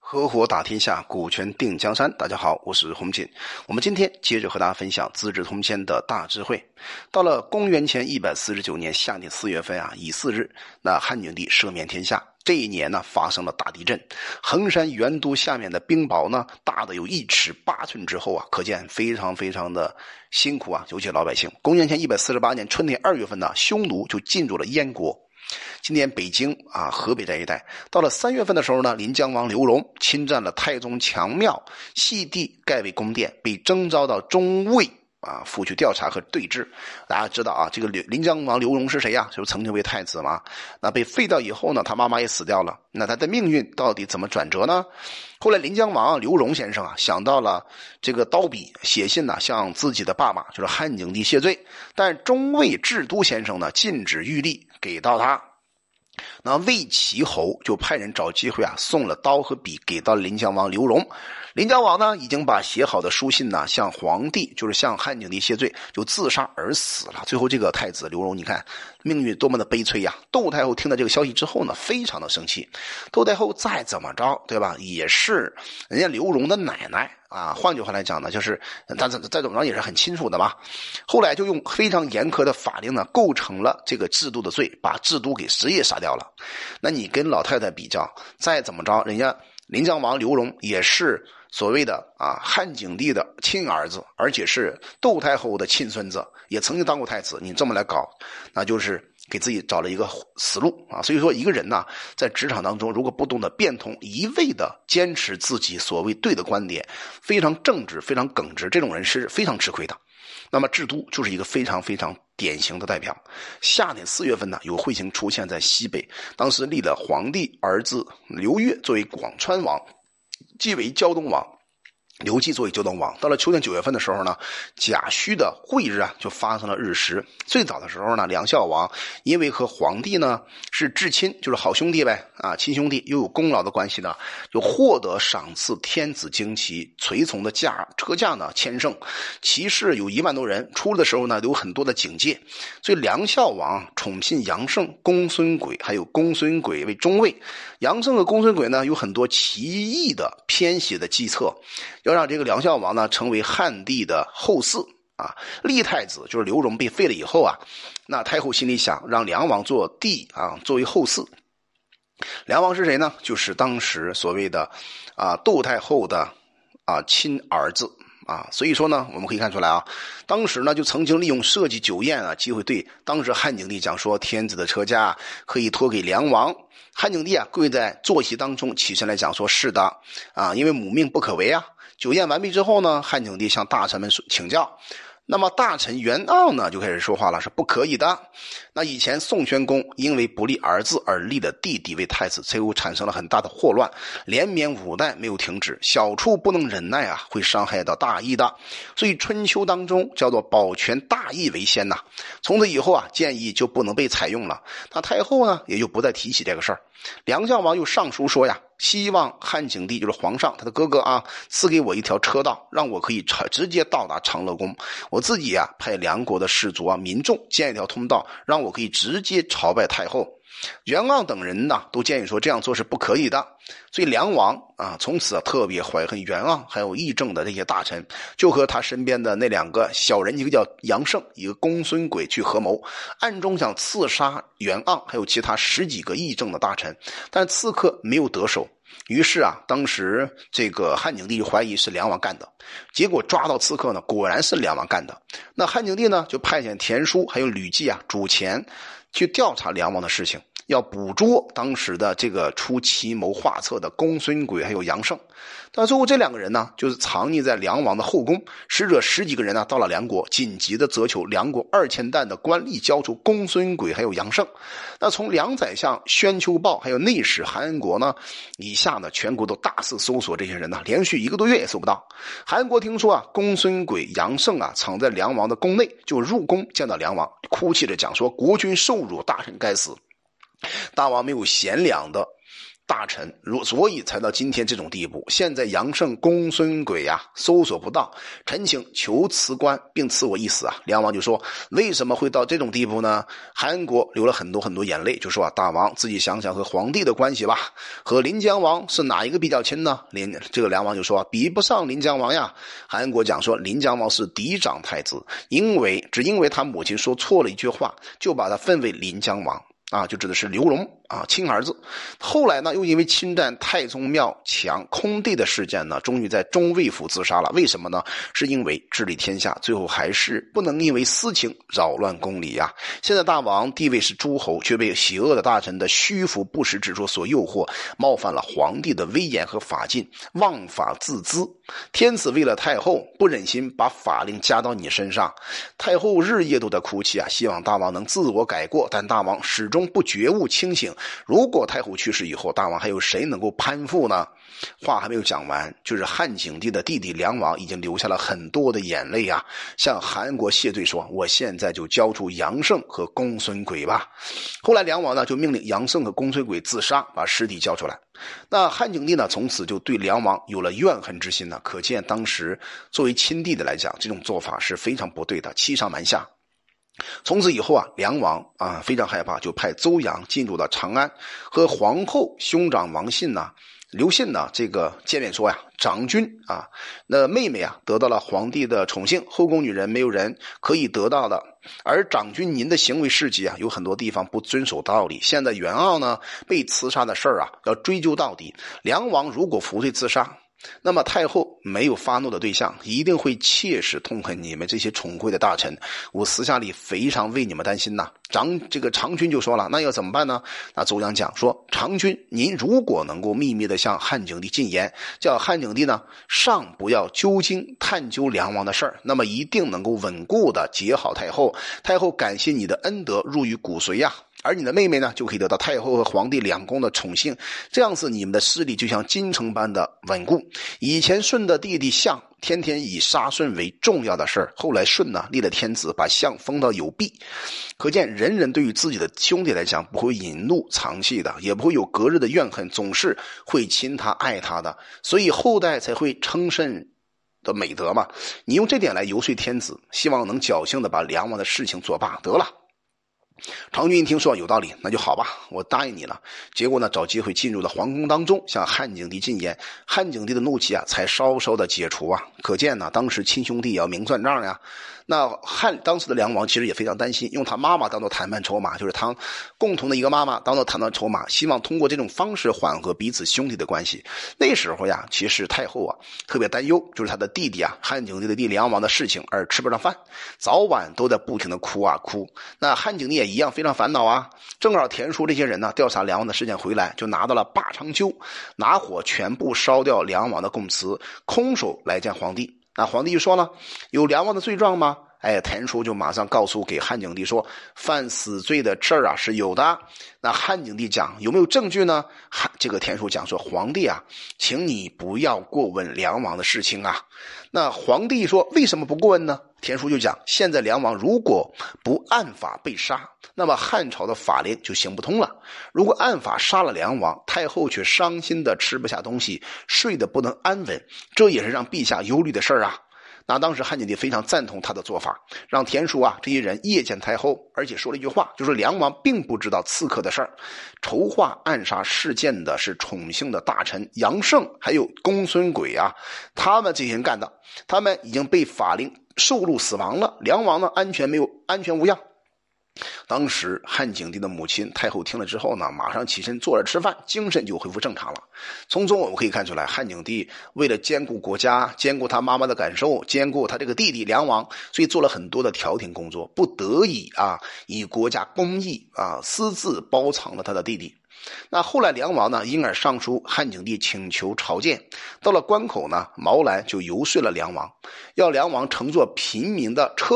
合伙打天下，股权定江山。大家好，我是洪锦。我们今天接着和大家分享《资治通鉴》的大智慧。到了公元前149年夏天4月份乙巳日，那汉景帝赦免天下。这一年呢，发生了大地震，衡山元都下面的冰雹呢，大的有1尺8寸之厚可见非常非常的辛苦尤其老百姓。公元前148年春天2月份呢，匈奴就进入了燕国。今天北京河北这一带，到了3月份的时候呢，临江王刘荣侵占了太宗强庙，系地盖为宫殿，被征召到中尉府去调查和对峙。大家知道这个临江王刘荣是谁就是曾经为太子嘛。那被废掉以后呢，他妈妈也死掉了。那他的命运到底怎么转折呢？后来临江王刘荣先生想到了这个刀笔，写信向自己的爸爸就是汉景帝谢罪，但中尉制都先生呢禁止玉立给到他。那魏齐侯就派人找机会送了刀和笔给到临江王刘荣。临江王呢已经把写好的书信向皇帝，就是向汉景帝谢罪，就自杀而死了。最后这个太子刘荣，你看命运多么的悲催窦太后听到这个消息之后呢，非常的生气。窦太后再怎么着，对吧，也是人家刘荣的奶奶换句话来讲呢，就是但再怎么着也是很亲属的嘛。后来就用非常严苛的法令呢，构成了这个制度的罪，把制度给直接杀掉了。那你跟老太太比较，再怎么着，人家临江王刘荣也是所谓的汉景帝的亲儿子，而且是窦太后的亲孙子，也曾经当过太子。你这么来搞，那就是给自己找了一个死路所以说一个人在职场当中，如果不懂得变通，一味的坚持自己所谓对的观点，非常正直非常耿直，这种人是非常吃亏的。那么制都就是一个非常非常典型的代表。夏天4月份呢，有彗星出现在西北，当时立了皇帝儿子刘越作为广川王，继为胶东王，刘季作为胶东王。到了秋天9月份的时候呢，甲戌的晦日就发生了日食。最早的时候呢，梁孝王因为和皇帝呢是至亲，就是好兄弟呗亲兄弟，又有功劳的关系呢，就获得赏赐天子旌旗，随从的车驾呢千乘，骑士有1万多人。出的时候呢，有很多的警戒，所以梁孝王宠信杨胜、公孙轨，还有公孙轨为中尉。杨胜和公孙轨呢有很多奇异的偏邪的计策，要让这个梁孝王呢成为汉帝的后嗣立太子，就是刘荣被废了以后那太后心里想让梁王做帝作为后嗣。梁王是谁呢？就是当时所谓的窦太后的亲儿子所以说呢，我们可以看出来当时呢就曾经利用设计酒宴机会对当时汉景帝讲说，天子的车驾可以托给梁王。汉景帝跪在坐席当中起身来讲说，是的因为母命不可违酒宴完毕之后呢，汉景帝向大臣们请教。那么大臣袁盎呢就开始说话了，是不可以的。那以前宋宣公因为不立儿子而立了弟弟为太子，最后产生了很大的祸乱，连绵5代没有停止，小处不能忍耐会伤害到大义的。所以春秋当中叫做保全大义为先从此以后建议就不能被采用了。那太后呢也就不再提起这个事儿。梁孝王又上书说希望汉景帝就是皇上他的哥哥赐给我一条车道，让我可以直接到达长乐宫。我自己派梁国的士族民众建一条通道，让我可以直接朝拜太后。袁盎等人都建议说这样做是不可以的。所以梁王从此特别怀恨袁盎还有议政的这些大臣，就和他身边的那2个小人，一个叫杨胜，一个公孙轨去合谋，暗中想刺杀袁盎还有其他10几个议政的大臣，但刺客没有得手。于是当时这个汉景帝就怀疑是梁王干的，结果抓到刺客呢，果然是梁王干的。那汉景帝呢就派遣田叔还有吕季主前去调查梁王的事情，要捕捉当时的这个出奇谋划策的公孙轨还有杨胜。但最后这2个人呢就是藏匿在梁王的后宫。使者10几个人到了梁国，紧急的责求梁国2000担的官吏交出公孙轨还有杨胜。那从梁宰相宣丘报还有内史韩安国呢以下呢，全国都大肆搜索这些人连续1个多月也搜不到。韩安国听说公孙轨杨胜藏在梁王的宫内，就入宫见到梁王，哭泣着讲说，国君受辱，大臣该死。大王没有贤良的大臣，所以才到今天这种地步。现在杨胜、公孙轨呀，搜索不到，陈请求辞官，并赐我一死啊。梁王就说：为什么会到这种地步呢？韩国流了很多眼泪，就说啊，大王自己想想和皇帝的关系吧，和临江王是哪一个比较亲呢？这个梁王就说啊，比不上临江王呀。韩国讲说临江王是嫡长太子，只因为他母亲说错了一句话，就把他分为临江王。就指的是刘荣啊，亲儿子。后来呢，又因为侵占太宗庙抢空地的事件呢，终于在中卫府自杀了。为什么呢？是因为治理天下，最后还是不能因为私情扰乱公理呀。现在大王地位是诸侯，却被邪恶的大臣的虚浮不实之说所诱惑，冒犯了皇帝的威严和法纪，妄法自恣。天子为了太后，不忍心把法令加到你身上，太后日夜都在哭泣啊，希望大王能自我改过，但大王始终不觉悟清醒。如果太后去世以后，大王还有谁能够攀附呢？话还没有讲完，就是汉景帝的弟弟梁王已经流下了很多的眼泪啊，向韩国谢罪说：我现在就交出杨胜和公孙轨吧。后来梁王呢就命令杨胜和公孙轨自杀，把尸体交出来。那汉景帝呢从此就对梁王有了怨恨之心呢，可见当时作为亲弟的来讲，这种做法是非常不对的，欺上瞒下。从此以后啊，梁王非常害怕，就派邹阳进入到长安，和皇后兄长王信刘信这个见面说呀，长君那妹妹得到了皇帝的宠幸，后宫女人没有人可以得到的，而长君您的行为事迹有很多地方不遵守道理，现在袁傲呢被刺杀的事儿要追究到底。梁王如果服罪自杀，那么太后没有发怒的对象，一定会切实痛恨你们这些宠贵的大臣，我私下里非常为你们担心呐。这个长君就说了，那要怎么办呢？那邹阳讲说，长君您如果能够秘密的向汉景帝进言，叫汉景帝呢尚不要究竟探究梁王的事儿，那么一定能够稳固的结好太后，太后感谢你的恩德入于骨髓呀。而你的妹妹呢，就可以得到太后和皇帝两宫的宠幸，这样子你们的势力就像京城般的稳固。以前舜的弟弟象天天以杀舜为重要的事儿，后来舜立了天子，把象封到有弊。可见人人对于自己的兄弟来讲，不会隐怒藏气的，也不会有隔日的怨恨，总是会亲他爱他的，所以后代才会称甚的美德嘛。你用这点来游说天子，希望能侥幸的把梁王的事情作罢得了。长君一听说有道理，那就好吧，我答应你了。结果呢，找机会进入了皇宫当中，向汉景帝进言。汉景帝的怒气才稍稍的解除可见呢，当时亲兄弟也要明算账呀。那当时的梁王其实也非常担心，用他妈妈当做谈判筹码，就是他共同的一个妈妈当做谈判筹码，希望通过这种方式缓和彼此兄弟的关系。那时候其实太后特别担忧，就是他的弟弟汉景帝的弟梁王的事情而吃不上饭，早晚都在不停的哭。那汉景帝也一样非常烦恼正好田叔这些人调查梁王的事件回来，就拿到了霸长灸，拿火全部烧掉梁王的供词，空手来见皇帝。那皇帝就说了，有梁王的罪状吗？田叔就马上告诉给汉景帝说，犯死罪的事儿是有的。那汉景帝讲有没有证据呢？这个田叔讲说，皇帝请你不要过问梁王的事情那皇帝说为什么不过问呢？田叔就讲，现在梁王如果不按法被杀，那么汉朝的法令就行不通了。如果按法杀了梁王，太后却伤心的吃不下东西，睡得不能安稳，这也是让陛下忧虑的事儿那当时汉景帝非常赞同他的做法，让田叔这些人夜见太后，而且说了一句话，就是梁王并不知道刺客的事儿，筹划暗杀事件的是宠幸的大臣杨胜还有公孙轨他们这些人干的，他们已经被法令受戮死亡了，梁王安全无恙。当时汉景帝的母亲太后听了之后马上起身坐着吃饭，精神就恢复正常了。从中我们可以看出来，汉景帝为了兼顾国家，兼顾他妈妈的感受，兼顾他这个弟弟梁王，所以做了很多的调停工作，不得已以国家公义私自包藏了他的弟弟。那后来梁王因而上书汉景帝请求朝见，到了关口毛兰就游说了梁王，要梁王乘坐平民的车子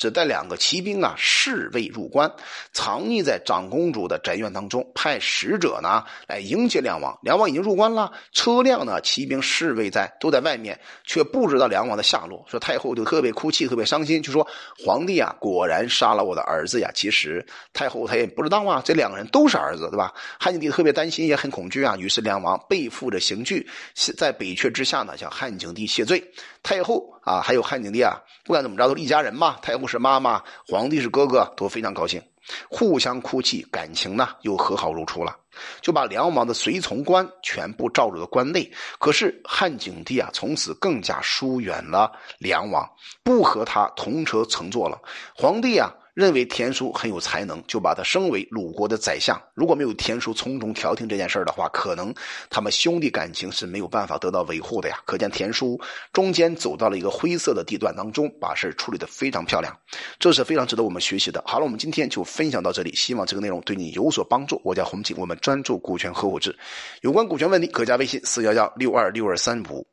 只带2个骑兵啊侍卫入关，藏匿在长公主的宅院当中，派使者呢来迎接梁王。梁王已经入关了，车辆呢骑兵侍卫都在外面，却不知道梁王的下落。说太后就特别哭泣，特别伤心，就说皇帝啊果然杀了我的儿子呀。其实太后她也不知道啊，这2个人都是儿子，对吧？汉景帝特别担心，也很恐惧啊。于是梁王背负着刑具，在北阙之下呢向汉景帝谢罪。太后啊还有汉景帝啊，不管怎么着都是一家人嘛，太后是妈妈，皇帝是哥哥，都非常高兴，互相哭泣，感情呢又和好如初了。就把梁王的随从官全部召入了关内。可是汉景帝啊从此更加疏远了梁王，不和他同车乘坐了。皇帝啊认为田叔很有才能，就把他升为鲁国的宰相。如果没有田叔从中调停这件事的话，可能他们兄弟感情是没有办法得到维护的呀。可见田叔中间走到了一个灰色的地段当中，把事处理得非常漂亮，这是非常值得我们学习的。好了，我们今天就分享到这里，希望这个内容对你有所帮助。我叫洪锦，我们专注股权合伙制，有关股权问题可加微信411626235。